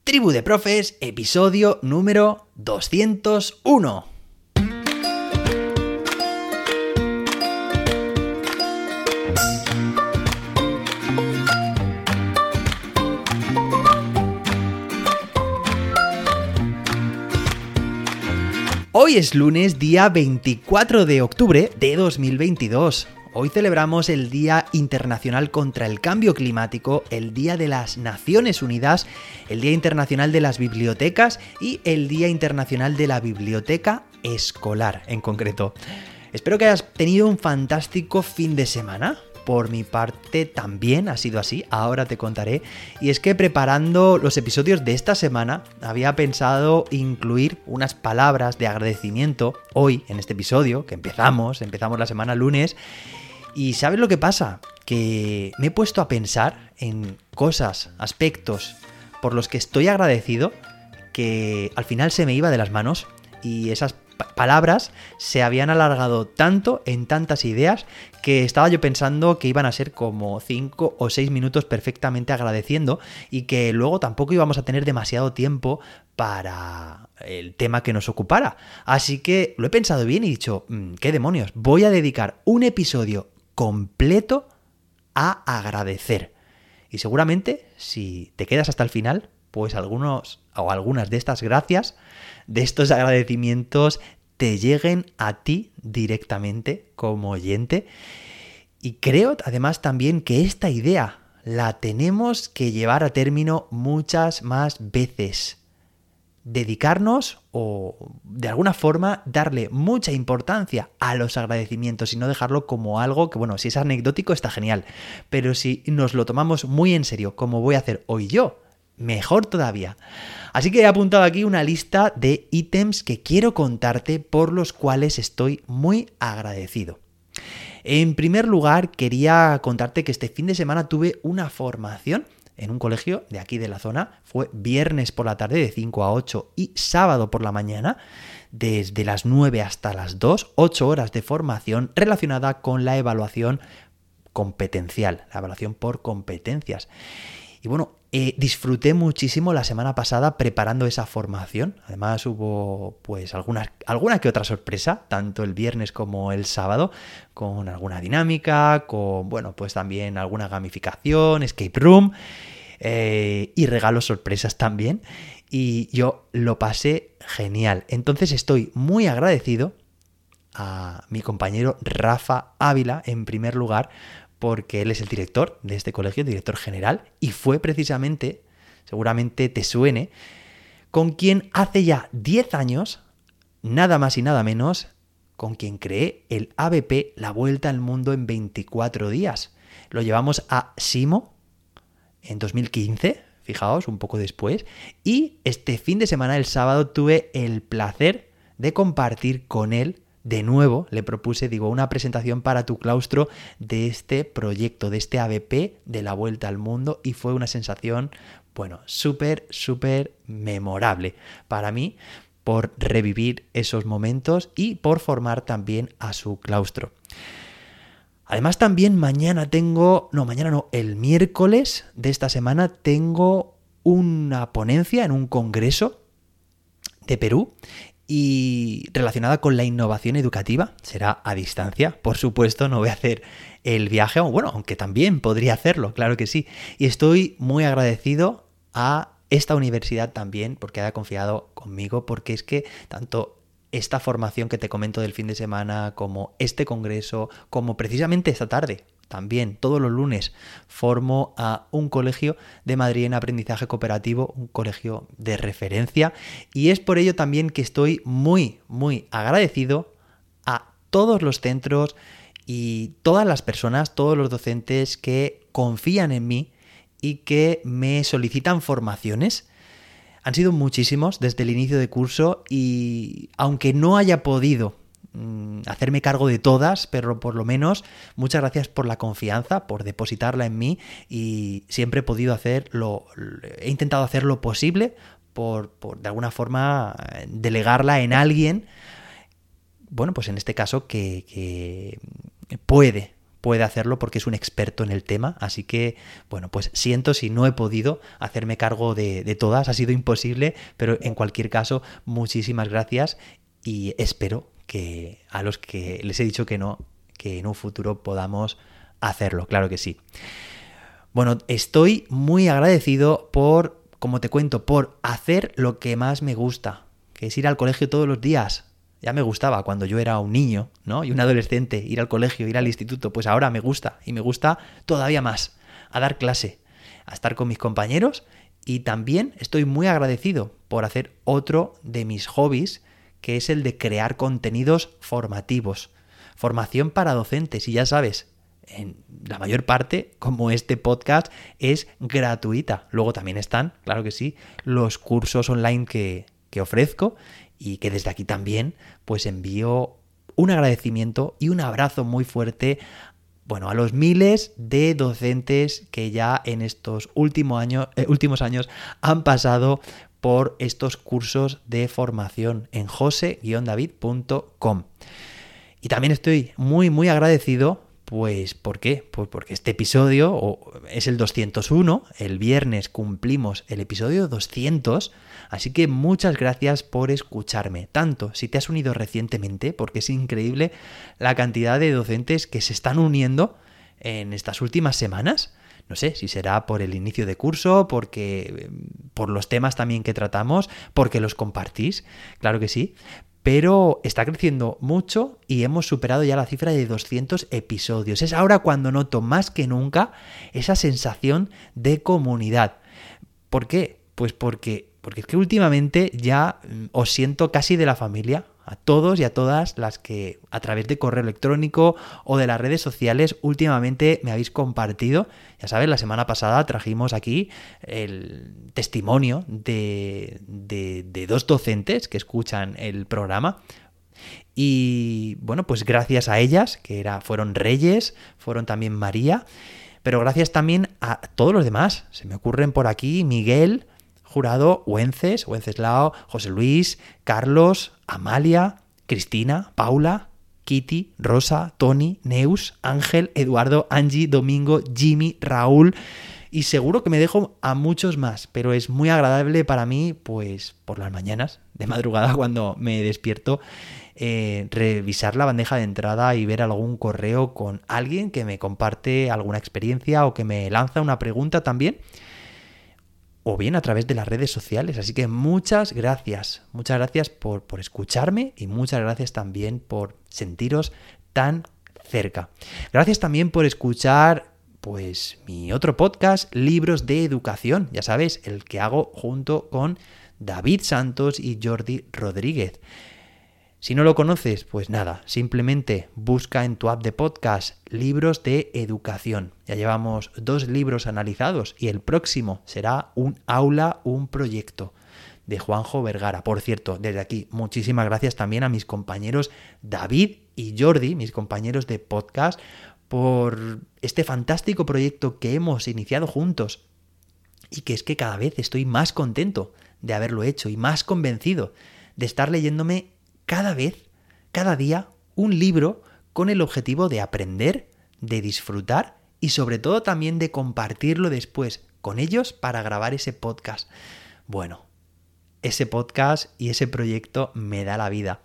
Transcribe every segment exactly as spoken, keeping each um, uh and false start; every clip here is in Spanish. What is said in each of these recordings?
Tribu de Profes, episodio número doscientos uno. Hoy es lunes, día veinticuatro de octubre de dos mil veintidós. Hoy celebramos el Día Internacional contra el Cambio Climático, el Día de las Naciones Unidas, el Día Internacional de las Bibliotecas y el Día Internacional de la Biblioteca Escolar en concreto. Espero que hayas tenido un fantástico fin de semana. Por mi parte también ha sido así, ahora te contaré. Y es que preparando los episodios de esta semana había pensado incluir unas palabras de agradecimiento hoy en este episodio, que empezamos, empezamos la semana lunes. Y ¿sabes lo que pasa? Que me he puesto a pensar en cosas, aspectos por los que estoy agradecido, que al final se me iba de las manos y esas palabras se habían alargado tanto en tantas ideas que estaba yo pensando que iban a ser como cinco o seis minutos perfectamente agradeciendo y que luego tampoco íbamos a tener demasiado tiempo para el tema que nos ocupara. Así que lo he pensado bien y he dicho, ¿qué demonios? Voy a dedicar un episodio completo a agradecer. Y seguramente si te quedas hasta el final, pues algunos o algunas de estas gracias, de estos agradecimientos te lleguen a ti directamente como oyente. Y creo además también que esta idea la tenemos que llevar a término muchas más veces. Dedicarnos o de alguna forma darle mucha importancia a los agradecimientos y no dejarlo como algo que, bueno, si es anecdótico está genial, pero si nos lo tomamos muy en serio, como voy a hacer hoy yo, mejor todavía. Así que he apuntado aquí una lista de ítems que quiero contarte por los cuales estoy muy agradecido. En primer lugar, quería contarte que este fin de semana tuve una formación en un colegio de aquí de la zona. Fue viernes por la tarde de cinco a ocho y sábado por la mañana desde las nueve hasta las dos, ocho horas de formación relacionada con la evaluación competencial, la evaluación por competencias. Y bueno, eh, disfruté muchísimo la semana pasada preparando esa formación. Además hubo pues alguna, alguna que otra sorpresa, tanto el viernes como el sábado, con alguna dinámica, con bueno, pues también alguna gamificación, escape room eh, y regalos sorpresas también. Y yo lo pasé genial. Entonces estoy muy agradecido a mi compañero Rafa Ávila, en primer lugar, porque él es el director de este colegio, director general, y fue precisamente, seguramente te suene, con quien hace ya diez años, nada más y nada menos, con quien creé el A B P, la Vuelta al Mundo en veinticuatro días. Lo llevamos a Simo en dos mil quince, fijaos, un poco después, y este fin de semana, el sábado, tuve el placer de compartir con él. De nuevo, le propuse, digo, una presentación para tu claustro de este proyecto, de este A B P de la Vuelta al Mundo, y fue una sensación, bueno, súper, súper memorable para mí por revivir esos momentos y por formar también a su claustro. Además, también mañana tengo, no, mañana no, el miércoles de esta semana tengo una ponencia en un congreso de Perú, y relacionada con la innovación educativa. Será a distancia, por supuesto, no voy a hacer el viaje, bueno, aunque también podría hacerlo, claro que sí. Y estoy muy agradecido a esta universidad también porque haya confiado conmigo, porque es que tanto esta formación que te comento del fin de semana, como este congreso, como precisamente esta tarde, también todos los lunes formo a un colegio de Madrid en aprendizaje cooperativo, un colegio de referencia, y es por ello también que estoy muy, muy agradecido a todos los centros y todas las personas, todos los docentes que confían en mí y que me solicitan formaciones. Han sido muchísimos desde el inicio de curso y aunque no haya podido hacerme cargo de todas, pero por lo menos muchas gracias por la confianza, por depositarla en mí, y siempre he podido hacer lo, he intentado hacer lo posible por, por de alguna forma delegarla en alguien, bueno, pues en este caso que, que puede puede hacerlo porque es un experto en el tema, así que, bueno, pues siento si no he podido hacerme cargo de, de todas, ha sido imposible, pero en cualquier caso, muchísimas gracias y espero que a los que les he dicho que no, que en un futuro podamos hacerlo, claro que sí. Bueno, estoy muy agradecido por, como te cuento, por hacer lo que más me gusta, que es ir al colegio todos los días. Ya me gustaba cuando yo era un niño, ¿no? Y un adolescente, ir al colegio, ir al instituto, pues ahora me gusta y me gusta todavía más, a dar clase, a estar con mis compañeros y también estoy muy agradecido por hacer otro de mis hobbies, que es el de crear contenidos formativos, formación para docentes y ya sabes, en la mayor parte, como este podcast, es gratuita. Luego también están, claro que sí, los cursos online que, que ofrezco y que desde aquí también pues envío un agradecimiento y un abrazo muy fuerte, bueno, a los miles de docentes que ya en estos últimos años, eh, últimos años han pasado por estos cursos de formación en jose guion david punto com. Y también estoy muy muy agradecido. Pues, ¿por qué? Pues porque este episodio es el doscientos uno, el viernes cumplimos el episodio doscientos, así que muchas gracias por escucharme, tanto si te has unido recientemente, porque es increíble la cantidad de docentes que se están uniendo en estas últimas semanas. No sé si será por el inicio de curso, porque por los temas también que tratamos, porque los compartís, claro que sí. Pero está creciendo mucho y hemos superado ya la cifra de doscientos episodios. Es ahora cuando noto más que nunca esa sensación de comunidad. ¿Por qué? Pues porque, porque es que últimamente ya os siento casi de la familia. A todos y a todas las que a través de correo electrónico o de las redes sociales últimamente me habéis compartido. Ya sabes, la semana pasada trajimos aquí el testimonio de, de, de dos docentes que escuchan el programa. Y bueno, pues gracias a ellas, que era, fueron Reyes, fueron también María, pero gracias también a todos los demás. Se me ocurren por aquí Miguel Jurado, Wences, Wenceslao, José Luis, Carlos, Amalia, Cristina, Paula, Kitty, Rosa, Tony, Neus, Ángel, Eduardo, Angie, Domingo, Jimmy, Raúl y seguro que me dejo a muchos más, pero es muy agradable para mí, pues por las mañanas, de madrugada cuando me despierto, eh, revisar la bandeja de entrada y ver algún correo con alguien que me comparte alguna experiencia o que me lanza una pregunta también, o bien a través de las redes sociales. Así que muchas gracias, muchas gracias por, por escucharme y muchas gracias también por sentiros tan cerca. Gracias también por escuchar pues mi otro podcast, Libros de Educación, ya sabes, el que hago junto con David Santos y Jordi Rodríguez. Si no lo conoces, pues nada, simplemente busca en tu app de podcast Libros de Educación. Ya llevamos dos libros analizados y el próximo será Un aula, un proyecto, de Juanjo Vergara. Por cierto, desde aquí, muchísimas gracias también a mis compañeros David y Jordi, mis compañeros de podcast, por este fantástico proyecto que hemos iniciado juntos y que es que cada vez estoy más contento de haberlo hecho y más convencido de estar leyéndome cada vez, cada día, un libro con el objetivo de aprender, de disfrutar y sobre todo también de compartirlo después con ellos para grabar ese podcast. Bueno, ese podcast y ese proyecto me da la vida.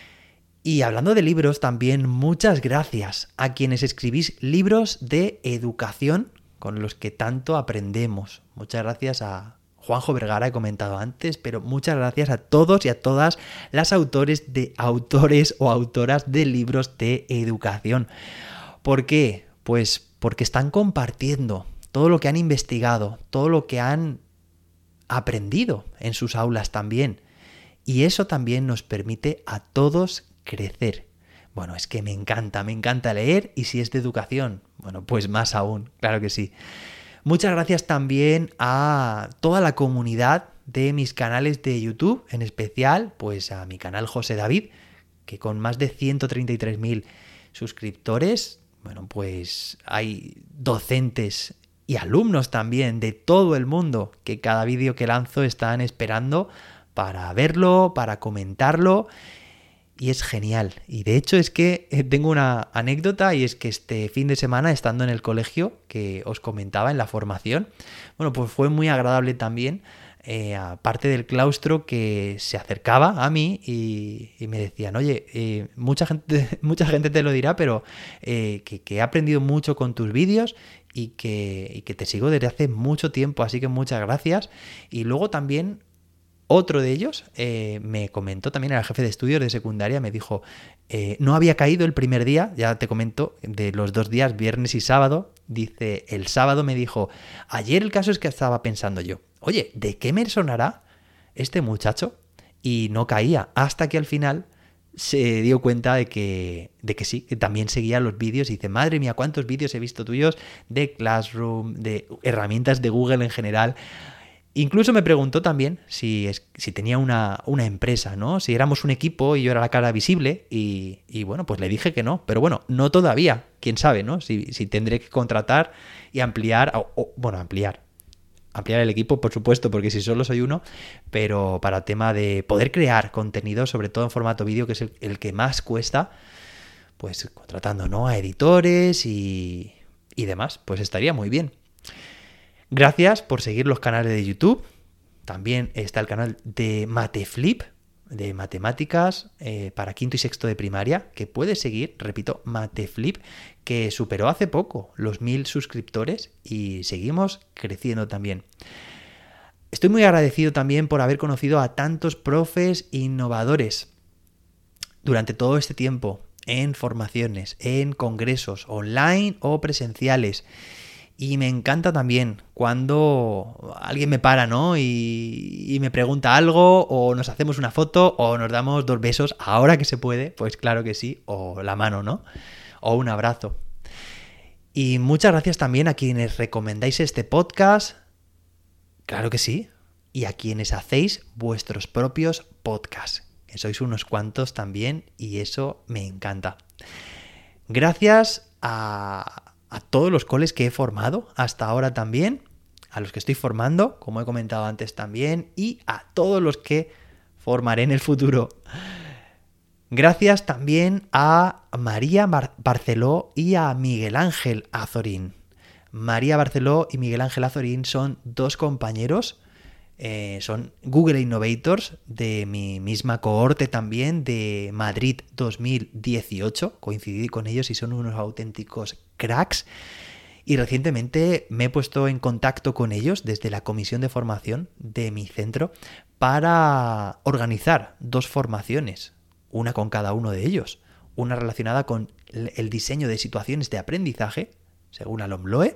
Y hablando de libros también, muchas gracias a quienes escribís libros de educación con los que tanto aprendemos. Muchas gracias a Juanjo Vergara, he comentado antes, pero muchas gracias a todos y a todas las autores de autores o autoras de libros de educación. ¿Por qué? Pues porque están compartiendo todo lo que han investigado, todo lo que han aprendido en sus aulas también. Y eso también nos permite a todos crecer. Bueno, es que me encanta, me encanta leer y si es de educación, bueno, pues más aún, claro que sí. Muchas gracias también a toda la comunidad de mis canales de YouTube, en especial pues a mi canal José David, que con más de ciento treinta y tres mil suscriptores, bueno, pues hay docentes y alumnos también de todo el mundo que cada vídeo que lanzo están esperando para verlo, para comentarlo. y es genial. Y de hecho es que tengo una anécdota, y es que este fin de semana, estando en el colegio que os comentaba en la formación, bueno, pues fue muy agradable también, eh, aparte del claustro que se acercaba a mí y, y me decían, oye, eh, mucha gente, mucha gente te lo dirá, pero eh, que, que he aprendido mucho con tus vídeos y que, y que te sigo desde hace mucho tiempo, así que muchas gracias. Y luego también otro de ellos eh, me comentó, también era el jefe de estudios de secundaria, me dijo, eh, no había caído el primer día, ya te comento, de los dos días, viernes y sábado. Dice, el sábado me dijo, ayer el caso es que estaba pensando yo, oye, ¿de qué me sonará este muchacho? Y no caía, hasta que al final se dio cuenta de que, de que sí, que también seguía los vídeos y dice, madre mía, cuántos vídeos he visto tuyos de Classroom, de herramientas de Google en general. Incluso me preguntó también si, es, si tenía una, una empresa, ¿no? Si éramos un equipo y yo era la cara visible y, y bueno, pues le dije que no. Pero bueno, no todavía. Quién sabe, ¿no? Si, si tendré que contratar y ampliar, o, o, bueno, ampliar. Ampliar el equipo, por supuesto, porque si solo soy uno, pero para tema de poder crear contenido, sobre todo en formato vídeo, que es el, el que más cuesta, pues contratando, ¿no? A editores y, y demás, pues estaría muy bien. Gracias por seguir los canales de YouTube. También está el canal de Mateflip, de matemáticas eh, para quinto y sexto de primaria, que puedes seguir, repito, Mateflip, que superó hace poco los mil suscriptores y seguimos creciendo también. Estoy muy agradecido también por haber conocido a tantos profes innovadores durante todo este tiempo, en formaciones, en congresos online o presenciales. Y me encanta también cuando alguien me para, ¿no? Y, y me pregunta algo, o nos hacemos una foto, o nos damos dos besos, ahora que se puede, pues claro que sí, o la mano, ¿no? O un abrazo. Y muchas gracias también a quienes recomendáis este podcast, claro que sí, y a quienes hacéis vuestros propios podcasts, que sois unos cuantos también, y eso me encanta. Gracias a... a todos los coles que he formado hasta ahora también, a los que estoy formando, como he comentado antes también, y a todos los que formaré en el futuro. Gracias también a María Bar- Barceló y a Miguel Ángel Azorín. María Barceló y Miguel Ángel Azorín son dos compañeros, eh, son Google Innovators de mi misma cohorte también, de Madrid dos mil dieciocho. Coincidí con ellos y son unos auténticos cracks. Y recientemente me he puesto en contacto con ellos desde la comisión de formación de mi centro para organizar dos formaciones, una con cada uno de ellos. Una relacionada con el diseño de situaciones de aprendizaje, según Alomloe,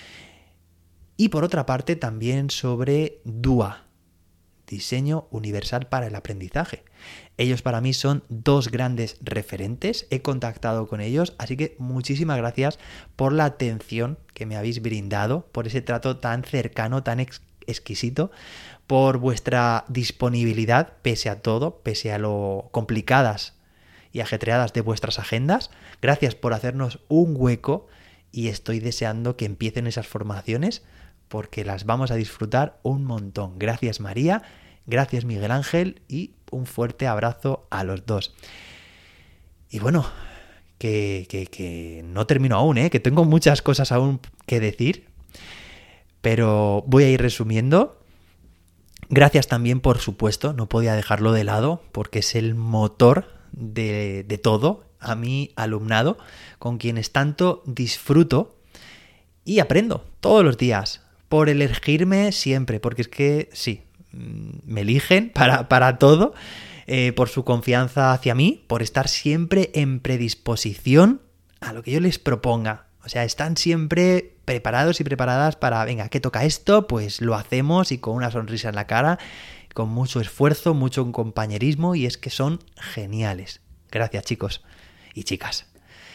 y por otra parte también sobre D U A, Diseño Universal para el Aprendizaje. Ellos para mí son dos grandes referentes, he contactado con ellos, así que muchísimas gracias por la atención que me habéis brindado, por ese trato tan cercano, tan ex- exquisito, por vuestra disponibilidad pese a todo, pese a lo complicadas y ajetreadas de vuestras agendas. Gracias por hacernos un hueco y estoy deseando que empiecen esas formaciones porque las vamos a disfrutar un montón. Gracias María, gracias Miguel Ángel y un fuerte abrazo a los dos. Y bueno, que, que, que no termino aún, ¿eh? Que tengo muchas cosas aún que decir, pero voy a ir resumiendo. Gracias también, por supuesto, no podía dejarlo de lado porque es el motor de, de todo, a mi alumnado, con quienes tanto disfruto y aprendo todos los días. Por elegirme siempre, porque es que sí, me eligen para, para todo, eh, por su confianza hacia mí, por estar siempre en predisposición a lo que yo les proponga. O sea, están siempre preparados y preparadas para, venga, ¿qué toca esto? Pues lo hacemos y con una sonrisa en la cara, con mucho esfuerzo, mucho compañerismo, y es que son geniales. Gracias, chicos y chicas.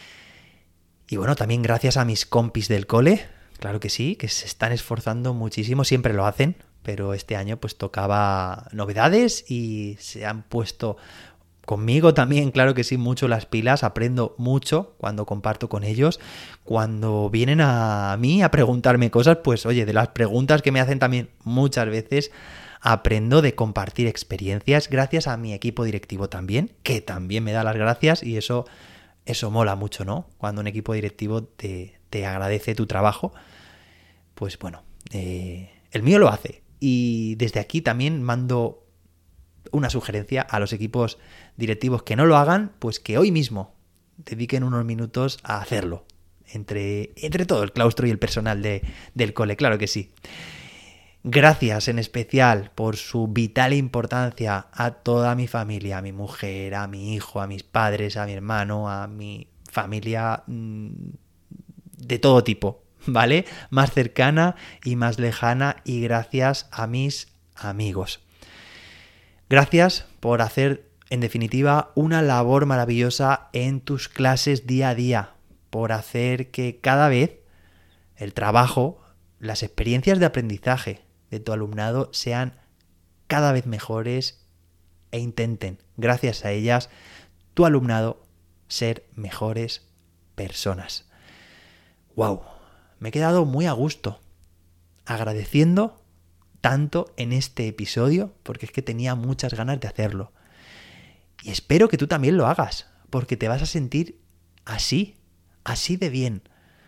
Y bueno, también gracias a mis compis del cole. Claro que sí, que se están esforzando muchísimo, siempre lo hacen, pero este año pues tocaba novedades y se han puesto conmigo también, claro que sí, mucho las pilas. Aprendo mucho cuando comparto con ellos, cuando vienen a mí a preguntarme cosas, pues oye, de las preguntas que me hacen también muchas veces aprendo de compartir experiencias gracias a mi equipo directivo también, que también me da las gracias y eso, eso mola mucho, ¿no? Cuando un equipo directivo te, te agradece tu trabajo, pues bueno, eh, el mío lo hace. Y desde aquí también mando una sugerencia a los equipos directivos que no lo hagan, pues que hoy mismo dediquen unos minutos a hacerlo. Entre, entre todo el claustro y el personal de, del cole, claro que sí. Gracias en especial por su vital importancia a toda mi familia, a mi mujer, a mi hijo, a mis padres, a mi hermano, a mi familia mmm, de todo tipo, ¿vale? Más cercana y más lejana, y gracias a mis amigos. Gracias por hacer, en definitiva, una labor maravillosa en tus clases día a día, por hacer que cada vez el trabajo, las experiencias de aprendizaje de tu alumnado sean cada vez mejores e intenten, gracias a ellas, tu alumnado ser mejores personas. ¡Wow! Me he quedado muy a gusto, agradeciendo tanto en este episodio, porque es que tenía muchas ganas de hacerlo. Y espero que tú también lo hagas, porque te vas a sentir así, así de bien.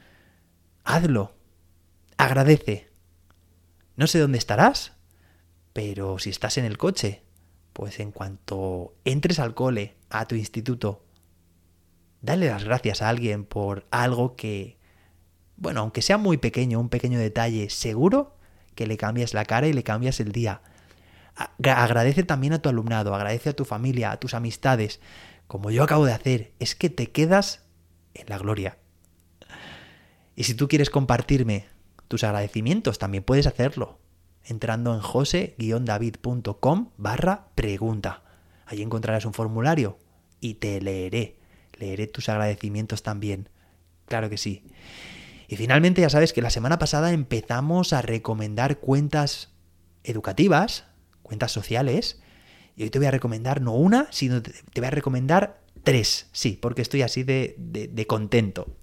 Hazlo. Agradece. No sé dónde estarás, pero si estás en el coche, pues en cuanto entres al cole, a tu instituto, dale las gracias a alguien por algo que, bueno, aunque sea muy pequeño, un pequeño detalle, seguro que le cambias la cara y le cambias el día. Agradece también a tu alumnado, agradece a tu familia, a tus amistades, como yo acabo de hacer. Es que te quedas en la gloria. Y si tú quieres compartirme tus agradecimientos, también puedes hacerlo entrando en jose-david.com barra pregunta. Allí encontrarás un formulario y te leeré. Leeré tus agradecimientos también. Claro que sí. Y finalmente ya sabes que la semana pasada empezamos a recomendar cuentas educativas, cuentas sociales, y hoy te voy a recomendar no una, sino te voy a recomendar tres. Sí, porque estoy así de, de, de contento.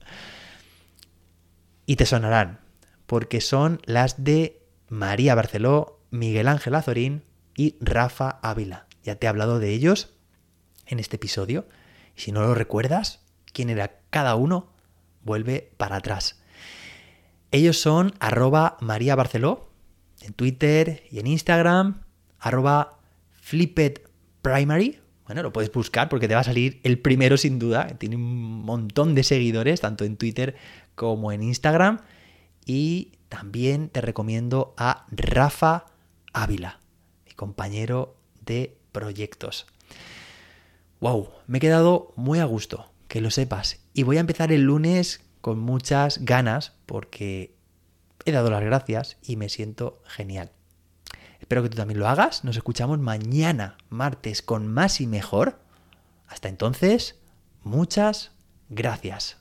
Y te sonarán, porque son las de María Barceló, Miguel Ángel Azorín y Rafa Ávila. Ya te he hablado de ellos en este episodio. Y si no lo recuerdas, quién era cada uno, vuelve para atrás. Ellos son arroba María Barceló en Twitter y en Instagram, arroba flippedprimary. Bueno, lo puedes buscar porque te va a salir el primero sin duda. Tiene un montón de seguidores, tanto en Twitter como en Instagram. Y también te recomiendo a Rafa Ávila, mi compañero de proyectos. ¡Wow! Me he quedado muy a gusto, que lo sepas. Y voy a empezar el lunes con muchas ganas porque he dado las gracias y me siento genial. Espero que tú también lo hagas. Nos escuchamos mañana, martes, con más y mejor. Hasta entonces, muchas gracias.